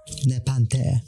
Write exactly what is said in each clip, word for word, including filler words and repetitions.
Nepenthe.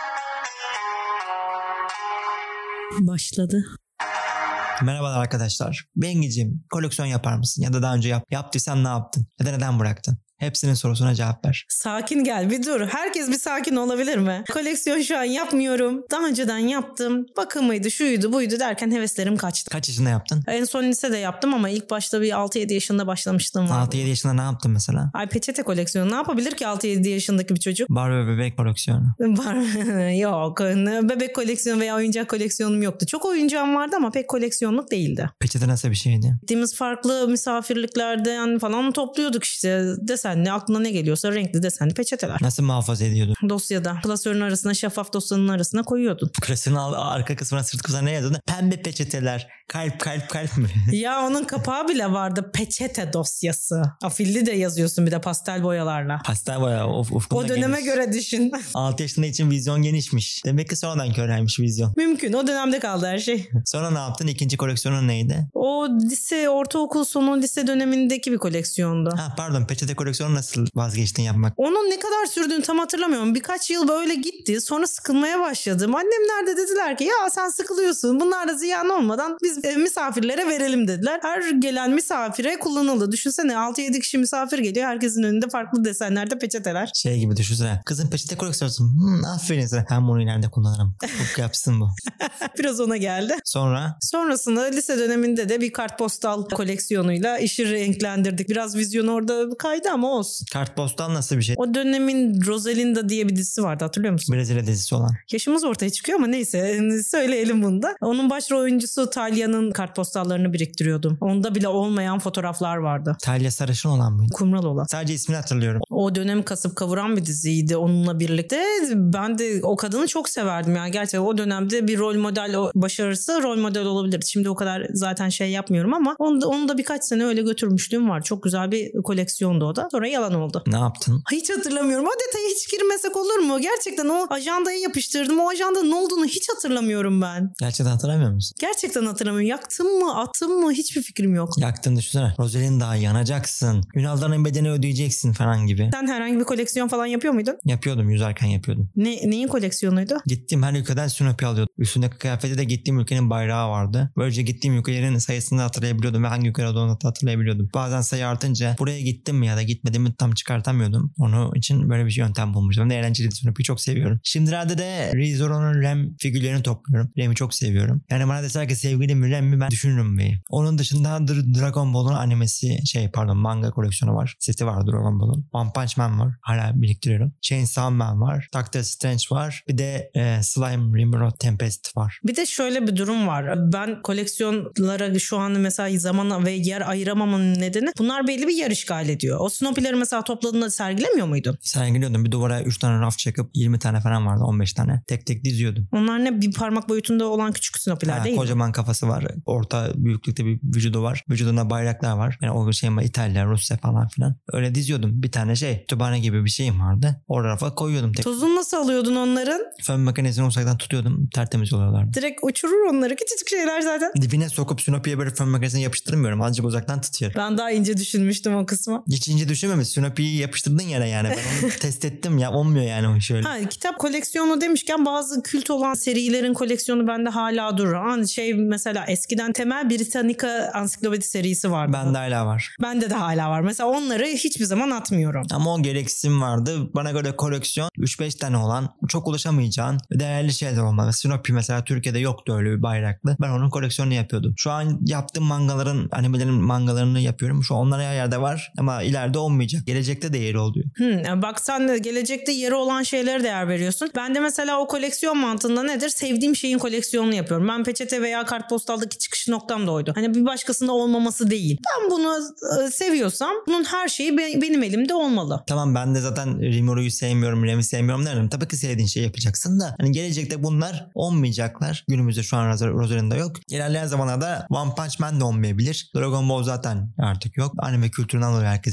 Başladı. Merhabalar arkadaşlar. Bengicim, koleksiyon yapar mısın? Ya da daha önce yap, yaptıysan ne yaptın? Ya da neden bıraktın? Hepsinin sorusuna cevap ver. Sakin gel bir dur. Herkes bir sakin olabilir mi? Koleksiyon şu an yapmıyorum. Daha önceden yaptım. Bakımıydı, şuydu, buydu derken heveslerim kaçtı. Kaç yaşında yaptın? En son lisede yaptım ama ilk başta bir altı yedi yaşında başlamıştım. altı yedi yaşında ne yaptın mesela? Ay peçete koleksiyonu ne yapabilir ki altı yedi yaşındaki bir çocuk? Barbie ve bebek koleksiyonu. Var yok. Bebek koleksiyonu veya oyuncak koleksiyonum yoktu. Çok oyuncağım vardı ama pek koleksiyonluk değildi. Peçete nasıl bir şeydi? Gittiğimiz farklı misafirliklerden falan topluyorduk işte. Desenli aklına ne geliyorsa renkli desenli peçeteler. Nasıl muhafaza ediyordun? Dosyada. Klasörün arasına, şeffaf dosyanın arasına koyuyordun. Klasörün arka kısmına, sırt kısmına ne yazıyordun? Pembe peçeteler. Kalp kalp kalp mi? Ya onun kapağı bile vardı. Peçete dosyası. Afilli de yazıyorsun bir de pastel boyalarla. Pastel boya. Of, ufkunda o döneme geniş. göre düşün. altı yaşında için vizyon genişmiş. Demek ki sonradan körelmiş vizyon. Mümkün. O dönemde kaldı her şey. Sonra ne yaptın? İkinci koleksiyonun neydi? O lise, ortaokul sonu lise dönemindeki bir koleksiyondu. Ha pardon, peçete koleksiyonu nasıl vazgeçtin yapmak? Onun ne kadar sürdüğünü tam hatırlamıyorum. Birkaç yıl böyle gitti. Sonra sıkılmaya başladım. Annemler de dediler ki ya sen sıkılıyorsun. Bunlar da ziyan olmadan biz e, misafirlere verelim dediler. Her gelen misafire kullanıldı. Düşünsene altı yedi kişi misafir geliyor. Herkesin önünde farklı desenlerde peçeteler. Şey gibi düşünsene. Kızım peçete koleksiyonusun. Hmm, aferin sana. Ben bunu ileride kullanırım. Çok yapsın bu. Biraz ona geldi. Sonra? Sonrasında lise döneminde de bir kartpostal koleksiyonuyla işi renklendirdik. Biraz vizyon orada kaydı ama olsun. Kartpostal nasıl bir şey? O dönemin Rosalinda diye bir dizisi vardı, hatırlıyor musun? Brezilya dizisi olan. Yaşımız ortaya çıkıyor ama neyse söyleyelim bunu da. Onun başrol oyuncusu Talya'nın kartpostallarını biriktiriyordum. Onda bile olmayan fotoğraflar vardı. Talya sarışın olan mıydı? Kumral olan. Sadece ismini hatırlıyorum. O dönem kasıp kavuran bir diziydi onunla birlikte. Ben de o kadını çok severdim yani gerçekten o dönemde bir rol model başarısı rol model olabilirdi. Şimdi o kadar zaten şey yapmıyorum ama onu da, onu da birkaç sene öyle götürmüşlüğüm var. Çok güzel bir koleksiyondu o da. Sonra yalan oldu. Ne yaptın? Hiç hatırlamıyorum. O detaya hiç girmesek olur mu? Gerçekten o ajandayı yapıştırdım. O ajandanın ne olduğunu hiç hatırlamıyorum ben. Gerçekten hatırlamıyor musun? Gerçekten hatırlamıyorum. Yaktım mı, attım mı hiçbir fikrim yok. Yaktın düşünsene. Rosalinda'ya yanacaksın. Ünal'ların bedeni ödeyeceksin falan gibi. Sen herhangi bir koleksiyon falan yapıyor muydun? Yapıyordum, yüzerken yapıyordum. Ne, neyin koleksiyonuydu? Gittiğim her ülkeden Snoopy alıyordum. Üstündeki kıyafeti de gittiğim ülkenin bayrağı vardı. Böylece gittiğim ülkelerin sayısını hatırlayabiliyordum ve hangi ülke olduğunu hatırlayabiliyordum. Bazen sayı artınca buraya gittim mi ya da gitmedim mi tam çıkartamıyordum. Onun için böyle bir yöntem bulmuştum. Ne eğlenceliydi, Snoopy'yi çok seviyorum. Şimdilerde de ReZoro'nun Rem figürlerini topluyorum. Rem'i çok seviyorum. Yani bana deseler ki sevgili mi Rem mi ben düşünürüm bir. Onun dışında Dragon Ball'un animesi şey pardon manga koleksiyonu var. Seti var Dragon Ball'un. One Punch Man var. Hala biriktiriyorum. Chainsaw Man var. Doctor Strange var. Bir de e, Slime Rimworld Tempest var. Bir de şöyle bir durum var. Ben koleksiyonlara şu an mesela zaman ve yer ayıramamın nedeni bunlar belli bir yer işgal ediyor. O Snoopy'leri mesela topladığında sergilemiyor muydun? Sergiliyordum. Bir duvara üç tane raf çakıp yirmi tane falan vardı. on beş tane. Tek tek diziyordum. Onlar ne? Bir parmak boyutunda olan küçük Snoopy'ler Ha, değil mi? kocaman kafası var. Orta büyüklükte bir vücudu var. Vücudunda bayraklar var. Yani o şey var, İtalya, Rusya falan filan. Öyle diziyordum. Bir tane şey kütüphane gibi bir şeyim vardı. O rafa koyuyordum tek. Tozunu nasıl alıyordun onların? Fön makinesini uzaktan tutuyordum. Tertemiz oluyorlardı. Direkt uçurur onları. Küçücük şeyler zaten. Dibine sokup Snoopy'ye böyle fön makinesini yapıştırmıyorum. Azıcık uzaktan tutuyorum. Ben daha ince düşünmüştüm o kısmı. Hiç ince düşünmemiş. Snoopy'yi yapıştırdın yere yani. Ben onu test ettim ya. Olmuyor yani o iş öyle. Ha, kitap koleksiyonu demişken bazı kült olan serilerin koleksiyonu bende hala durur. Hani şey mesela eskiden Temel Britannica ansiklopedi serisi vardı. Bende hala var. Bende de hala var. Mesela onları hiçbir zaman atmıyorum. Ama o gereksinim vardı. Bana göre koleksiyon üç beş tane olan, çok ulaşamayacağın değerli şeyler olmalı. Snoopy mesela Türkiye'de yoktu öyle bir bayraklı. Ben onun koleksiyonunu yapıyordum. Şu an yaptığım mangaların, animelerin mangalarını yapıyorum. Şu an onlar her yerde var ama ileride olmayacak. Gelecekte de yeri oluyor. Hmm, yani bak sen de gelecekte yeri olan şeylere değer veriyorsun. Ben de mesela o koleksiyon mantığında nedir? Sevdiğim şeyin koleksiyonunu yapıyorum. Ben peçete veya kartpostaldaki çıkış noktam da oydu. Hani bir başkasında olmaması değil. Ben bunu e, seviyorsam bunun her şeyi be- benim elimde olmalı. Tamam, ben de zaten Rimworld'u sevmiyorum, Rem'i sevmiyorum derim. Tabii ki sevdiğin şeyi yapacaksın da hani gelecekte bunlar olmayacaklar. Günümüzde şu an Rosalinda'da yok. İlerleyen zamanlarda One Punch Man de olmayabilir. Dragon Ball zaten artık yok. Anime kültüründen dolayı herkes çok biliyor.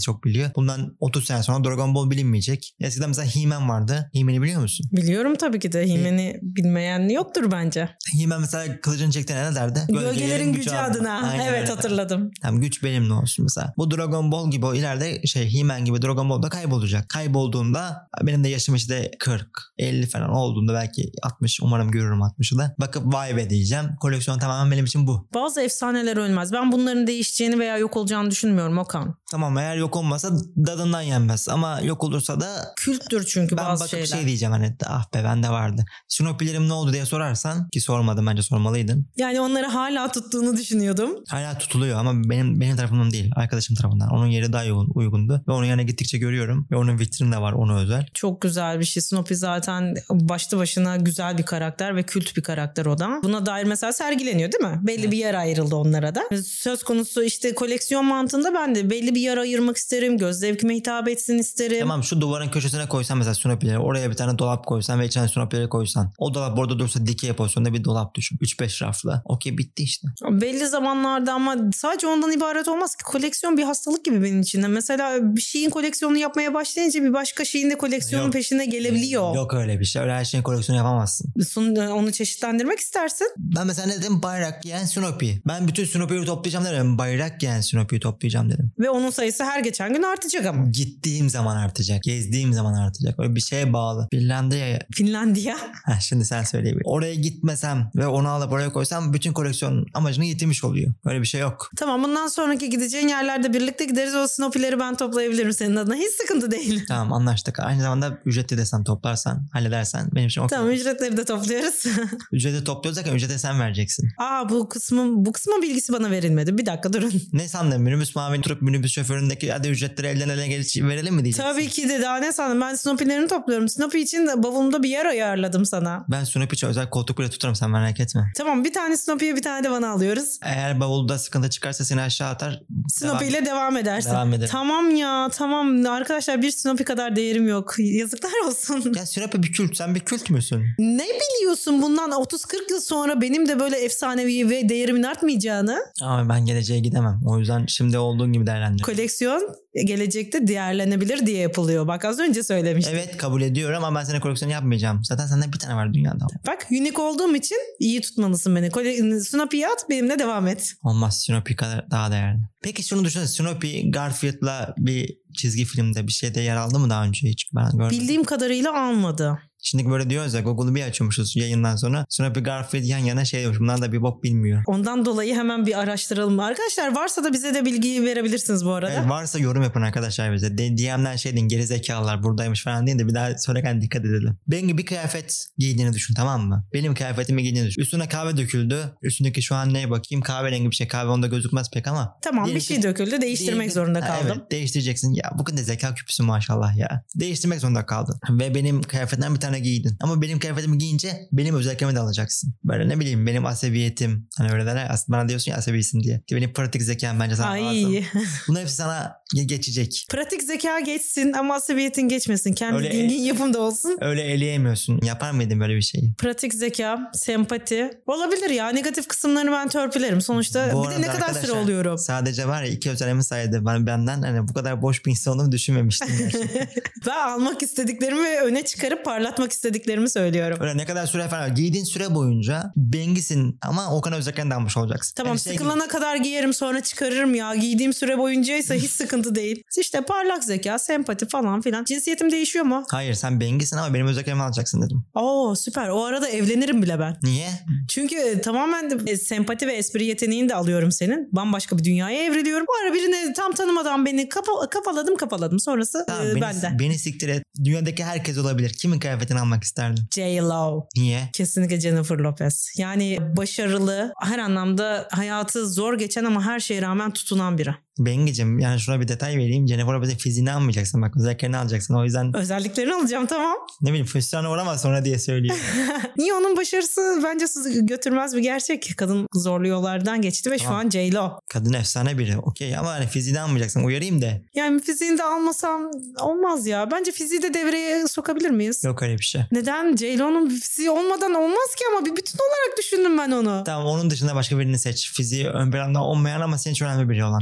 Çünkü bundan otuz sene sonra Dragon Ball bilinmeyecek. Eskiden mesela He-Man vardı. He-Man'i biliyor musun? Biliyorum tabii ki de. He-Man'i bilmeyen yoktur bence. He-Man mesela kılıcını çektiğinde ne derdi? Gölgelerin, Gölgelerin gücü, gücü adına. adına. Evet öyle. Hatırladım. Tamam, güç benimle olsun mesela. Bu Dragon Ball gibi o ileride şey He-Man gibi Dragon Ball'da kaybolacak. Kaybolduğunda benim de yaşım işte kırk elli falan olduğunda belki altmış, umarım görürüm altmışı da. Bakıp vay be diyeceğim. Koleksiyon tamamen benim için bu. Bazı efsaneler ölmez. Ben bunların değişeceğini veya yok olacağını düşünmüyorum Okan. Tamam, eğer yok olmasa dadından yenmez ama yok olursa da kültür çünkü ben bazı bakıp şeyler. şey diyeceğim hani ah be bende vardı. Snoopy'lerim ne oldu diye sorarsan, ki sormadım, bence sormalıydın. Yani onları hala tuttuğunu düşünüyordum. Hala tutuluyor ama benim benim tarafımdan değil, arkadaşım tarafından. Onun yeri daha uygun, uygundu ve onun yanına gittikçe görüyorum ve onun vitrini de var, ona özel. Çok güzel bir şey. Snoopy zaten başlı başına güzel bir karakter ve kült bir karakter o da. Buna dair mesela sergileniyor değil mi? Belli bir yer ayrıldı onlara da. Söz konusu işte koleksiyon mantığında ben de belli bir yer ayırmak isterim. Göz zevkime hitap etsin isterim. Tamam, şu duvarın köşesine koysan mesela Snoopy'leri, oraya bir tane dolap koysan ve içine Snoopy'leri koysan. O dolap orada dursa dikey pozisyonda bir dolap düşün. üç beş raflı. Okey, bitti işte. Belli zamanlarda ama sadece ondan ibaret olmaz ki. Koleksiyon bir hastalık gibi benim için de. Mesela bir şeyin koleksiyonunu yapmaya başlayınca bir başka şeyin de koleksiyonun Yok. peşine gelebiliyor. Yok öyle bir şey. Öyle her şeyin koleksiyonu yapamazsın. Sonra onu çeşitlendirmek istersin. Ben mesela ne dedim? Bayrak giyen Snoopy. Ben bütün Snoopy'leri toplayacağım dedim. Bayrak giyen Snoopy'yi toplayacağım dedim. Ve onun sayısı her geçen gün artacak ama. Gittiğim zaman artacak. Gezdiğim zaman artacak. Öyle bir şeye bağlı. Finlandiya'ya. Finlandiya. Heh, şimdi sen söyleyebilirsin. Oraya gitmesem ve onu alıp oraya koysam bütün koleksiyon amacını yitirmiş oluyor. Öyle bir şey yok. Tamam, bundan sonraki gideceğin yerlerde birlikte gideriz. O Snoopy'leri ben toplayabilirim senin adına. Hiç sıkıntı değil. Tamam, anlaştık. Aynı zamanda ücretli desem toplarsan, halledersen benim için okey. Tamam, ücretleri de topluyoruz. Ücreti topluyoruz derken ücreti sen vereceksin. Aa, bu kısmın bu kısmın bilgisi bana verilmedi. Bir dakika durun. Ne sandın? Minibüs mavi durup minibüs şoföründeki hadi ücretleri elden ele geç verelim mi diyeceksin? Tabii ki de, daha ne sandın? Ben Snoopy'lerini topluyorum. Snoopy için de bavulumda bir yer ayarladım sana. Ben Snoopy için özel koltuk bile tutarım, sen merak etme. Tamam, bir tane Snoopy'ye bir tane de bana alıyoruz. Eğer bavulda sıkıntı çıkarsa seni aşağı atar. Snoopy ile devam edersin. Devam ederim. Tamam ya, tamam. Arkadaşlar, bir Snoopy kadar değerim yok. Yazıklar olsun. Ya Snoopy bir kült. Sen bir kült müsün? Ne biliyorsun bundan otuz kırk yıl sonra benim de böyle efsanevi ve değerimin artmayacağını? Ama ben geleceğe gidemem. O yüzden şimdi olduğun gibi değerlendir. Koleksiyon gelecekte değerlenebilir diye yapılıyor. Bak, az önce söylemiştim. Evet, kabul ediyorum ama ben sana koleksiyon yapmayacağım. Zaten sende bir tane var dünyada. Bak, unique olduğum için iyi tutmalısın beni. Kole- Snoopy'yi at, benimle devam et. Olmaz, Snoopy kadar daha değerli. Peki şunu düşünsene, Snoopy Garfield'la bir çizgi filmde bir şeyde yer aldı mı daha önce hiç? Ben görmedim. Bildiğim kadarıyla almadı. Şimdi böyle diyoruz ya, Google'u bir açıyormuşuz yayından sonra. Snoopy Garfield yan yana şey diyormuş. Bunlar da bir bok bilmiyor. Ondan dolayı hemen bir araştıralım. Arkadaşlar, varsa da bize de bilgiyi verebilirsiniz bu arada. Evet, varsa yorum yapın arkadaşlar bize. D M'den şey deyin, geri zekalılar buradaymış falan deyin de bir daha söylerken dikkat edelim. Benim gibi bir kıyafet giydiğini düşün, tamam mı? Benim kıyafetimi giydiğini düşün. Üstüne kahve döküldü. Üstündeki şu an neye bakayım? Kahverengi bir şey. Kahve onda gözükmez pek ama. Tamam, bir şey döküldü. Değiştirmek Değil, zorunda kaldım. Evet, değiştireceksin. Ya bu kadar zeka küpüsü maşallah ya. Değiştirmek zorunda kaldın. Ve benim kıyafetimden bir tane giydin. Ama benim kıyafetimi giyince benim özelliklerimi de alacaksın. Böyle ne bileyim, benim asabiyetim. Hani öyle derler. Aslında bana diyorsun ya asabisin diye. Ki benim pratik zekam bence sana Ay. lazım. Bunlar hepsi sana ge- geçecek. Pratik zeka geçsin ama asabiyetin geçmesin. Kendi Öyle- dingin yapımda olsun. Öyle eleyemiyorsun. Yapar mıydın böyle bir şeyi? Pratik zeka, sempati olabilir ya. Negatif kısımlarını ben törpülerim. Sonuçta Bu bir de arada ne kadar süre arkadaşlar, oluyorum. sadece var ya iki özelliğimi saydı. Ben benden hani bu kadar boş bir insan olduğumu düşünmemiştim gerçekten. Ben almak istediklerimi ve öne çıkarıp parlatmak istediklerimi söylüyorum. Öyle ne kadar süre falan. Giydiğin süre boyunca bengisin ama o kadar özelliklerini de almış olacaksın. Tamam, Yani şey gibi- sıkılana kadar giyerim, sonra çıkarırım ya. Giydiğim süre boyuncaysa hiç sıkıntı değil. İşte parlak zeka, sempati falan filan. Cinsiyetim değişiyor mu? Hayır, sen bengisin ama benim özelliklerimi alacaksın dedim. Oo, süper. O arada evlenirim bile ben. Niye? Çünkü tamamen de sempati ve espri yeteneğini de alıyorum senin. Bambaşka bir dünyaya evriliyorum. Bu ara birine tam tanımadan beni kapa- kafaladım kafaladım. Sonrası Tamam, e, beni, benden. beni siktir et. Dünyadaki herkes olabilir. Kimin kıyafetini almak isterdin? J-Lo. Niye? Kesinlikle Jennifer Lopez. Yani başarılı, her anlamda hayatı zor geçen ama her şeye rağmen tutunan biri. Bengicim, yani şuna bir detay vereyim. Jennifer Lopez'in fiziğini almayacaksın. Bak, özelliklerini alacaksın. O yüzden Özelliklerini alacağım, tamam. ne bileyim, füstana uğramaz sonra diye söylüyor. Niye, onun başarısı bence sizi götürmez bir gerçek. Kadın zorlu yollardan geçti ve Tamam. şu an J-Lo. Kadın efsane biri. Okey ama hani fiziğini almayacaksın. Uyarayım de. Yani fiziğini de almasam olmaz ya. Bence fiziği de devreye sokabilir miyiz? Yok öyle bir şey. Neden? J-Lo'nun fiziği olmadan olmaz ki, ama bir bütün olarak düşündüm ben onu. Tamam, onun dışında başka birini seç. Fiziği ön planda olmayan ama senin için önemli biri olan. Aklıma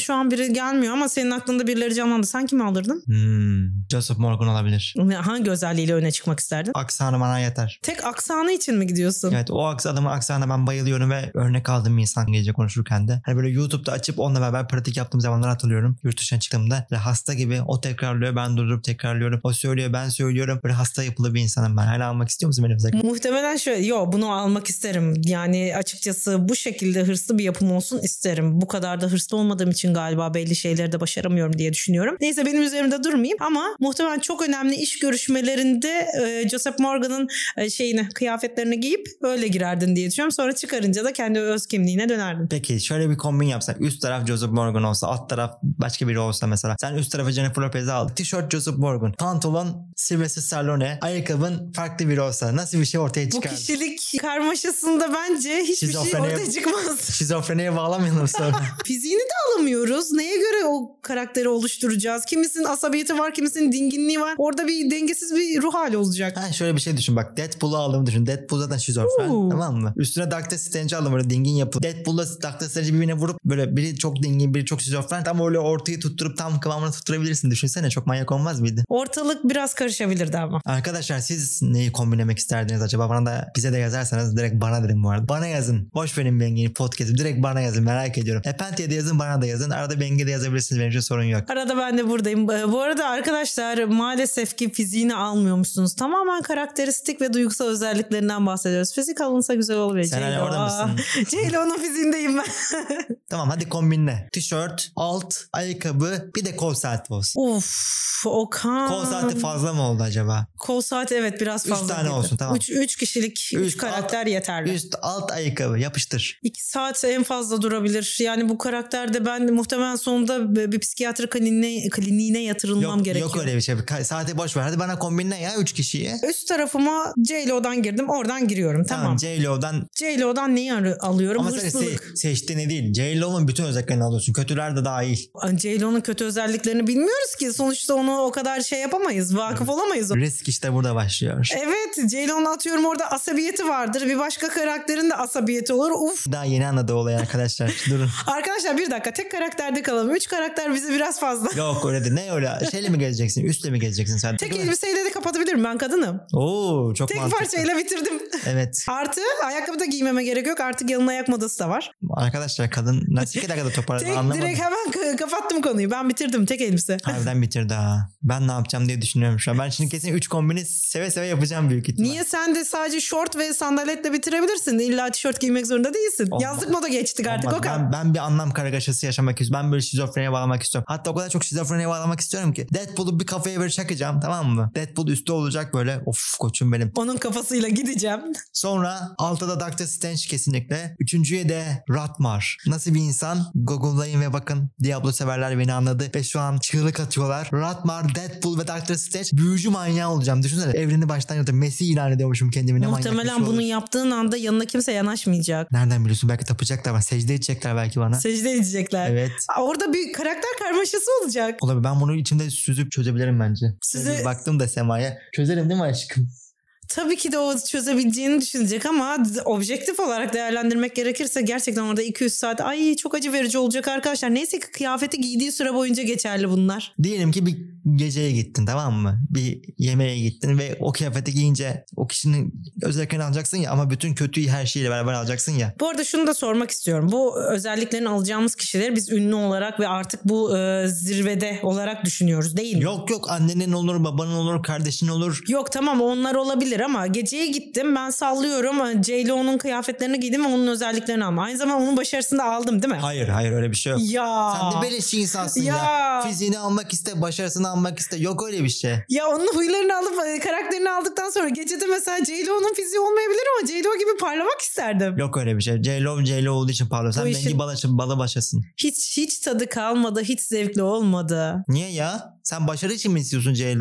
şu an biri gelmiyor ama senin aklında birileri canlandı. Sen kimi alırdın? Hmm, Joseph Morgan olabilir. Hangi özelliğiyle öne çıkmak isterdin? Aksanı bana yeter. Tek aksanı için mi gidiyorsun? Evet, o aks adamın aksanına ben bayılıyorum ve örnek aldığım bir insan gece konuşurken de. Hani böyle YouTube'da açıp onunla beraber pratik yaptığım zamanları hatırlıyorum. Yurt dışına çıktığımda ve hasta gibi o tekrarlıyor, ben durdurup tekrarlıyorum. O söylüyor, ben söylüyorum. Böyle hasta yapılı bir insanım ben. Hala almak istiyor musun benim özellikle? Muhtemelen şöyle, yo bunu almak isterim. Yani açıkçası bu şekilde hırslı bir yapım olsun isterim. Bu kadar da hırslı olmadığım için galiba belli şeyleri de başaramıyorum diye düşünüyorum. Neyse benim üzerimde durmayayım ama muhtemelen çok önemli iş görüşmelerinde e, Joseph Morgan'ın e, şeyini, kıyafetlerini giyip öyle girerdin diye düşünüyorum. Sonra çıkarınca da kendi öz kimliğine dönerdin. Peki şöyle bir kombin yapsak. Üst taraf Joseph Morgan olsa, alt taraf başka biri olsa mesela. Sen üst tarafa Jennifer Lopez'i aldın. Tişört Joseph Morgan, pantolon Sylvester Stallone, ayakkabın farklı biri olsa nasıl bir şey ortaya çıkar? Bu kişilik karmaşasında bence hiçbir şey Şizofreniye- ortaya çıkmaz. Şizofreniye bağlamayalım sonra. Fiziğini de alamıyoruz. Neye göre o karakteri oluşturacağız? Kimisinin asabiyeti var, kimisinin dinginliği var. Orada bir dengesiz bir ruh hali olacak. Ha, şöyle bir şey düşün bak. Deadpool'u aldığımı düşün. Deadpool zaten şizofren. Oo. Tamam mı? Üstüne Doctor Strange'i aldım böyle dingin yapı. Deadpool'la Doctor Strange'i birbirine vurup böyle biri çok dingin, biri çok şizofren. Tam öyle ortayı tutturup tam kıvamını tutturabilirsin. Düşünsene, çok manyak olmaz mıydı? Ortalık biraz karışabilirdi ama. Arkadaşlar siz neyi kombinlemek isterdiniz acaba? Bana da, bize de yazarsanız direkt bana dedim bu arada. Bana yazın. Boş verin Bengi'nin podcast'ı. Direkt bana yazın, merak ediyorum. Epenti'ye de yazın, bana da yazın. Arada Bengi'ye de yazabilirsiniz. Benim için sorun yok. Arada ben de buradayım. Bu arada arkadaşlar maalesef ki fiziğini almıyormuşsunuz. Tamamen karakteristik ve duygusal özelliklerinden bahsediyoruz. Fizik alınsa güzel olur. Sen hani orada mısın? J-Lo'nun fiziğindeyim ben. Tamam, hadi kombinle. Tişört, alt, ayakkabı, bir de kol saati olsun. Of Okan. Kol saati fazla mı oldu acaba? Kol saati evet biraz Üç fazla. tane gibi. olsun, tamam. Üç, üç kişilik üç, Üst, karakter alt, yeterli. Üst, alt, ayakkabı yapıştır. İki saat en fazla durabilir. Yani bu karakterde ben muhtemelen sonunda bir psikiyatri kliniğine, kliniğine yatırılmam Yok, gerekiyor. yok öyle bir şey. Ka- Saati boş ver. Hadi bana kombinle ya üç kişiyi. Üst tarafıma J-Lo'dan girdim. Oradan giriyorum. Tamam. Tamam, J-Lo'dan. J-Lo'dan neyi ar- alıyorum? Ama sen Hırsızlık. se- seçtiğini değil. J-Lo'nun bütün özelliklerini alıyorsun. Kötüler de dahil. J-Lo'nun kötü özelliklerini bilmiyoruz ki. Sonuçta onu o kadar şey yapamayız. Vakıf olamayız. Risk işte burada başlıyor. Evet. J-Lo'nun atıyorum orada asabiyeti vardır. Bir başka karakterin de asabiyeti olur. Uf. Daha yeni anladı olayı arkadaşlar. Durun. Arkadaşlar bir dakika. Tek karakterde kalalım. Üç karakter bize biraz fazla. Yok öyle değil. Ne öyle? Şeyle mi gezeceksin? Üstle mi gezeceksin sen? Tek elbiseyle de kapatabilirim. Ben kadınım. Oo, çok Tek mantıklı. parçayla bitirdim. Evet. Artı ayakkabı da giymeme gerek yok. Artık yanına ayak modası da var. Arkadaşlar kadın nasıl iki dakikada toparladı Tek anlamadım. direkt hemen k- kapattım konuyu. Ben bitirdim. Tek elbise. Harbiden bitirdi ha. Ben ne yapacağım diye düşünüyorum şu an. Ben şimdi kesin üç kombini seve seve yapacağım büyük ihtimal. Niye sen de sadece şort ve sandaletle bitirebilirsin? İlla tişört giymek zorunda değilsin. Olmaz. Yazlık moda geçtik artık Olmaz. Okan. Ben, ben bir anlam kargaşası yaşamak istiyorum. Ben böyle şizofreniye bağlamak istiyorum. Hatta o kadar çok şizofreniye bağlamak istiyorum ki. Deadpool'u bir kafaya böyle çakacağım, tamam mı? Deadpool üstü olacak böyle. Of koçum benim. Onun kafasıyla gideceğim. Sonra altta da Doctor Strange kesinlikle. Üçüncüye de Ratmar. Nasıl bir insan? Google'layın ve bakın. Diablo severler beni anladı. Ve şu an çığlık atıyorlar. Ratmar, Deadpool ve Doctor Strange. Büyücü manyağı olacağım. Düşünsene. Evreni baştan yaratıp Messi ilan ediyormuşum kendimi. Ne manyak bir Muhtemelen şey bunu olur. yaptığın anda yanına kimse yanaşmayacak. Nereden biliyorsun? Belki tapacaklar bana. Secde edecekler belki bana. Secde edecekler. Evet. Orada bir karakter karmaşası olacak. Olabilir. Ben bunu içimde süzüp çözebilirim bence. Size- Size... Baktım da Sema'ya. Çözerim değil mi aşkım? Tabii ki de o çözebileceğini düşünecek ama objektif olarak değerlendirmek gerekirse gerçekten orada iki üç saat ay çok acı verici olacak arkadaşlar. Neyse ki kıyafeti giydiği süre boyunca geçerli bunlar. Diyelim ki bir geceye gittin, tamam mı? Bir yemeğe gittin ve o kıyafeti giyince o kişinin özelliklerini alacaksın ya, ama bütün kötüyü her şeyle beraber alacaksın ya. Bu arada şunu da sormak istiyorum. Bu özelliklerini alacağımız kişileri biz ünlü olarak ve artık bu e, zirvede olarak düşünüyoruz değil mi? Yok yok, annenin olur, babanın olur, kardeşin olur. Yok tamam onlar olabilir ama geceye gittim ben sallıyorum J-Lo'nun kıyafetlerini giydim ve onun özelliklerini aldım. Aynı zamanda onun başarısını da aldım değil mi? Hayır hayır, öyle bir şey yok. Ya. Sen de beleşçi insansın ya. Ya. Fiziğini almak iste, başarısını almak iste. Yok öyle bir şey. Ya onun huylarını alıp e, karakterini aldıktan sonra gecede mesela J-Lo'nun fiziği olmayabilir ama J-Lo gibi parlamak isterdim. Yok öyle bir şey. J-Lo J-Lo olduğu için parlıyor. Sen Bu bengi işin- balaşı, bala başasın. Hiç hiç tadı kalmadı, hiç zevkli olmadı. Niye ya? Sen başarı için mi istiyorsun J-Lo'yu?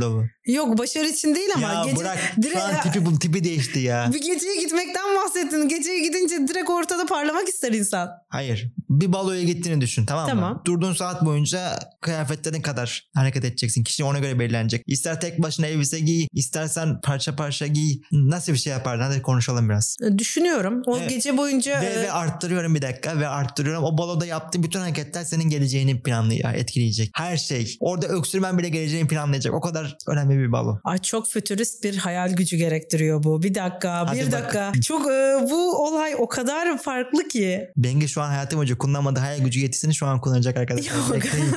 Yok başarı için değil ama. Ya gece, bırak direkt, şu an tipi, bu tipi değişti ya. Bir geceye gitmekten bahsettin. Geceye gidince direkt ortada parlamak ister insan. Hayır. Bir baloya gittiğini düşün, tamam mı? Tamam. Durduğun saat boyunca kıyafetlerin kadar hareket edeceksin. Kişi ona göre belirlenecek. İster tek başına elbise giy, istersen parça parça giy. Nasıl bir şey yapardın? Hadi konuşalım biraz. Düşünüyorum. O Evet. gece boyunca... Ve, e... ve arttırıyorum bir dakika ve arttırıyorum. O baloda yaptığın bütün hareketler senin geleceğini planlayacak, etkileyecek. Her şey. Orada öksürmen bile geleceğini planlayacak. O kadar önemli bir balo. Ay çok fütürist bir hayal gücü gerektiriyor bu. Bir dakika, Hadi bir bak. dakika. Çok e, bu olay o kadar farklı ki. Bengi şu an hayatım boyunca kullanmadığı hayal gücü yetisini şu an kullanacak arkadaşlar. Yok. Bekleyin.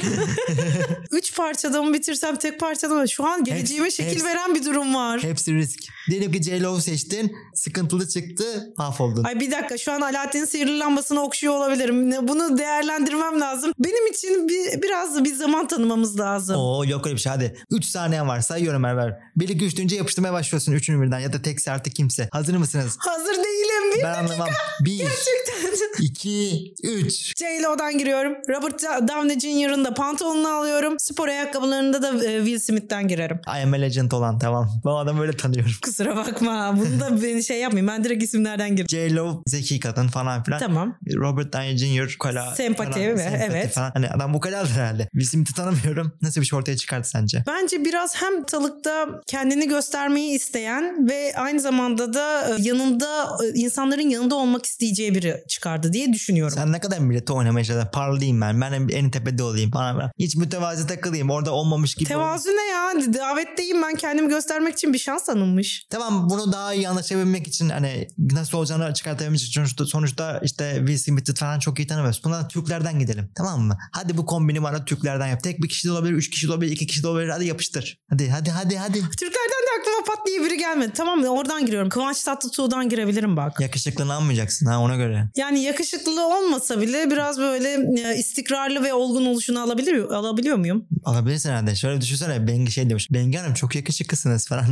Üç parçada mı bitirsem tek parçada mı? Şu an geleceğime Hepsi- şekil hepsi- veren bir durum var. Hepsi risk. Diyelim ki J-Lo'u seçtin. Sıkıntılı çıktı. Mahvoldun. Ay bir dakika şu an Alaaddin'in sihirli lambasını okşuyor olabilirim. Ne- Bunu değerlendirmem lazım. Benim için bir, biraz bir zaman tanımamız lazım. Oo yok öyle bir şey, hadi. üç saniyen var, sayıyorum Merve. bir iki üç deyince yapıştırmaya başlıyorsun üçünü birden ya da tekse artık kimse. Hazır mısınız? Hazır değilim. Bir Ben anlamam. bir, gerçekten. iki, üç. J-Lo'dan giriyorum. Robert Downey Junior'ın da pantolonunu alıyorum. Spor ayakkabılarında da e, Will Smith'ten girerim. I am a legend olan, tamam. Ben o adamı öyle tanıyorum. Kusura bakma. Bunu da beni şey yapmayayım. Ben direkt isimlerden girdim. J-Lo zeki kadın falan filan. Tamam. Robert Downey Junior Kala. Sempati falan, ve sempati evet. Falan. Hani adam bu kadardır herhalde. Will Smith'i tanımıyorum. Nasıl bir şey ortaya çıkardı sence? Bence biraz hem ortalıkta kendini göstermeyi isteyen ve aynı zamanda da e, yanında e, insanların yanında olmak isteyeceği biri çıkardı diye düşünüyorum. Sen ne kadar millete oynamaya çalışıyorsun? Parlayayım ben. Ben en, en tepede olayım falan filan. Hiç mütevazi takılayım. Orada olmamış gibi. Tevazu ne ya? Davetteyim ben, kendimi göstermek için bir şans tanınmış. Tamam, bunu daha iyi anlaşabilmek için hani nasıl olacağını çıkartabilmek için sonuçta, sonuçta işte Will Smith'i falan çok iyi tanımıyoruz. Buna Türklerden gidelim, tamam mı? Hadi bu kombini bana Türklerden yap. Tek bir kişi de olabilir, üç kişi de olabilir, iki kişi de olabilir. Hadi yapıştır. Hadi hadi hadi hadi. Türklerden de aklıma pat diye biri gelmedi. Tamam mı? Oradan giriyorum. Kıvanç Tatlıtuğ'dan girebilirim bak. Yakışıklılığını almayacaksın ha, ona göre. Yani yakışıklılığı olmasa bile biraz böyle e, istikrarlı ve olgun oluşunu alabilir, alabiliyor muyum? Alabilirsin herhalde. Şöyle düşünsene, Bengi şey demiş. Bengi Hanım çok yakışıklısınız falan.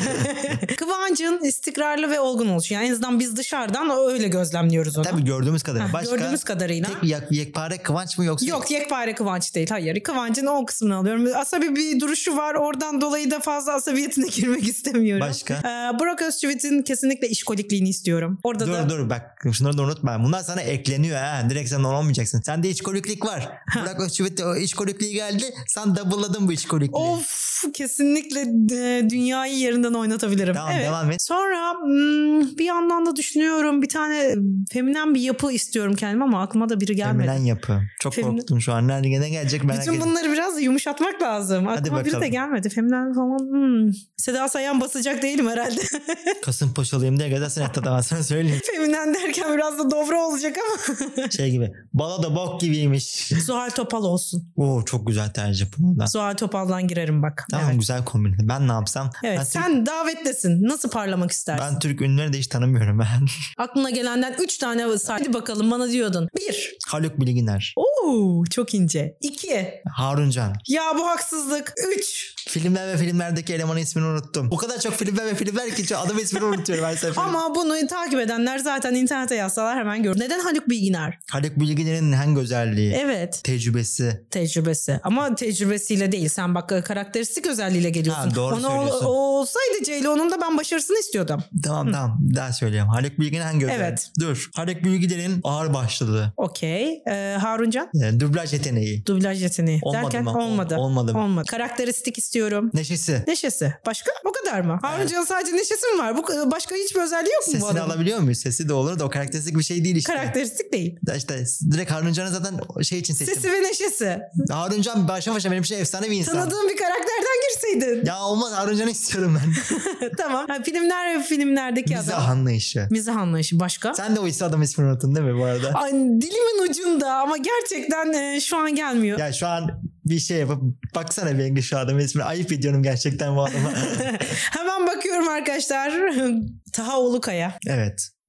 Kıvancın istikrarlı ve olgun oluşu. Yani en azından biz dışarıdan öyle gözlemliyoruz onu. Tabii gördüğümüz kadarıyla. Heh, Başka gördüğümüz kadarıyla. tek yek, yekpare Kıvanç mı yoksa? Yok, yekpare Kıvanç değil. Hayır. Kıvanç'ın o kısmını alıyorum. Asabi bir duruşu var. Oradan dolayı da fazla asabiyetine girmek istemiyorum. Başka? Ee, Burak Özçivit'in kesinlikle işkolikliğini istiyorum. Orada Dur da... dur bak, şunları da unutma. Bunlar sana ekleniyor ha. Direkt sen olmayacaksın. Sende içkoliklik var. Burak Özçivit'te o içkolikliği geldi. Sen double'ladın bu içkolikliği. Of, kesinlikle e, dünyayı yerinden oynatabilirim. Tamam, evet. devam et. Sonra hmm, bir yandan da düşünüyorum, bir tane feminen bir yapı istiyorum kendime ama aklıma da biri gelmedi. Feminen yapı. Çok Feminen- korktum şu an. Nerede ne gelecek merak Bütün ediyorum. bunları biraz da yumuşatmak lazım. Hadi Aklıma biri de bakalım. gelmedi. Feminen falan. Hmm. Seda Sayan basacak değilim herhalde. Kasımpaşalıyım diye gelirsin hatta ben sana söyleyeyim. Feminen derken biraz da dobra olacak ama. Şey gibi. Bala da bok gibiymiş. Zuhal Topal olsun. Oo çok güzel tercih bu da. Zuhal Topal'dan girerim bak. Tamam, Evet. güzel kombin. Ben ne yapsam? Evet, ben sen Türk, davettesin. Nasıl parlamak istersin? ben Türk ünlüleri de hiç tanımıyorum ben. Aklına gelenden üç tane say. Hadi bakalım, bana diyordun. Bir. Haluk Bilginer. Oo, çok ince. İki. Harun Can. Ya bu haksızlık. Üç. Filmler ve filmlerdeki elemanın ismini unuttum. O kadar çok filmler ve filmler ki adamın ismini unutuyorum her seferinde. Ama bunu takip edenler zaten internete yazsalar hemen görür. Neden Haluk Bilginer? Haluk Bilginer'in hangi özelliği? Evet. Tecrübesi. Tecrübesi. Ama tecrübesiyle değil. Sen bak karakteristik özelliğiyle geliyorsun. Ha, doğru Ona söylüyorsun. o, o olsaydı Ceylan'ın da ben başarısını istiyordum. Tamam tamam, bir daha söyleyeyim. Haluk Bilginer'in hangi özelliği? Evet. Dur. Haluk Bilginer'in ağır başlılığı. Okey. Ee, Haruncan? E, dublaj yeteneği. Dublaj yeteneği. Olmadı Derken mı? olmadı. Olmadı mı? Olmadı. Karakteristik istiyorum. Neşesi. Neşesi. Başka? O kadar mı? Haruncan'ın sadece neşesi mi var? Bu başka hiçbir özelliği yok mu bu Sesini adamın? alabiliyor muyuz? Sesi de olur da o karakteristik bir şey değil işte. Karakteristik değil. Da işte direkt Harun Can'ı zaten şey için seçtim. Sesi ve neşesi. Harun Can başa başa benim şey efsane bir insan. Tanıdığım bir karakterden girseydin. Ya olmaz, Harun Can'ı istiyorum ben. Tamam. Ha, filmler ve filmlerdeki Mizah adam. anlayışı. Mizah anlayışı. Başka? Sen de o ise adam ismini unuttun değil mi bu arada? Ay, dilimin ucunda ama gerçekten e, şu an gelmiyor. Ya şu an bir şey yapıp baksana Bengi şu adamın ismini. Ayıp ediyorum gerçekten bu adama. Hemen bakıyorum arkadaşlar. Taha Ulukaya. Evet.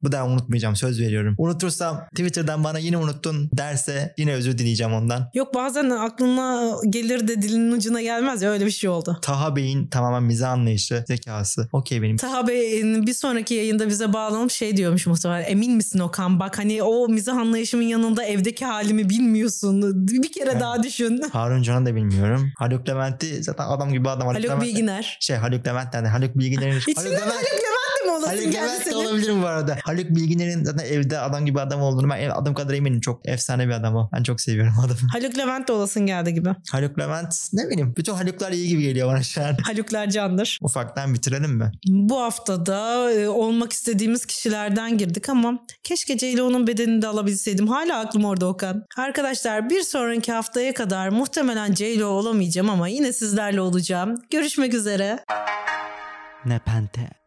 Bu da unutmayacağım, söz veriyorum. Unutursam Twitter'dan bana yine unuttun derse yine özür dileyeceğim ondan. Yok, bazen aklına gelir de dilinin ucuna gelmez ya, öyle bir şey oldu. Taha Bey'in tamamen mizah anlayışı, zekası. Okey benim. Taha Bey'in bir sonraki yayında bize bağlanıp şey diyormuş muhtemelen. Emin misin Okan? Bak hani o mizah anlayışımın yanında evdeki halimi bilmiyorsun. Bir kere Evet. daha düşün. Harun Can'ı da bilmiyorum. Haluk Levent'i zaten adam gibi adam. Haluk Levent- Bilginer. Şey Haluk Levent yani Haluk Bilginer'in. İçinden Haluk Levent de mi olasın Haluk geldi Levent de senin? olabilir bu arada. Haluk Bilginer'in zaten evde adam gibi adam olduğunu ben adım kadar eminim. Çok efsane bir adam o. Ben çok seviyorum adamı. Haluk Levent de olasın geldi gibi. Haluk Levent ne bileyim. Bütün Haluklar iyi gibi geliyor bana şu an. Haluklar candır. Ufaktan bitirelim mi? Bu haftada e, olmak istediğimiz kişilerden girdik ama keşke Ceylo'nun bedenini de alabilseydim. Hala aklım orada Okan. Arkadaşlar, bir sonraki haftaya kadar muhtemelen Ceylo olamayacağım ama yine sizlerle olacağım. Görüşmek üzere. Nepente.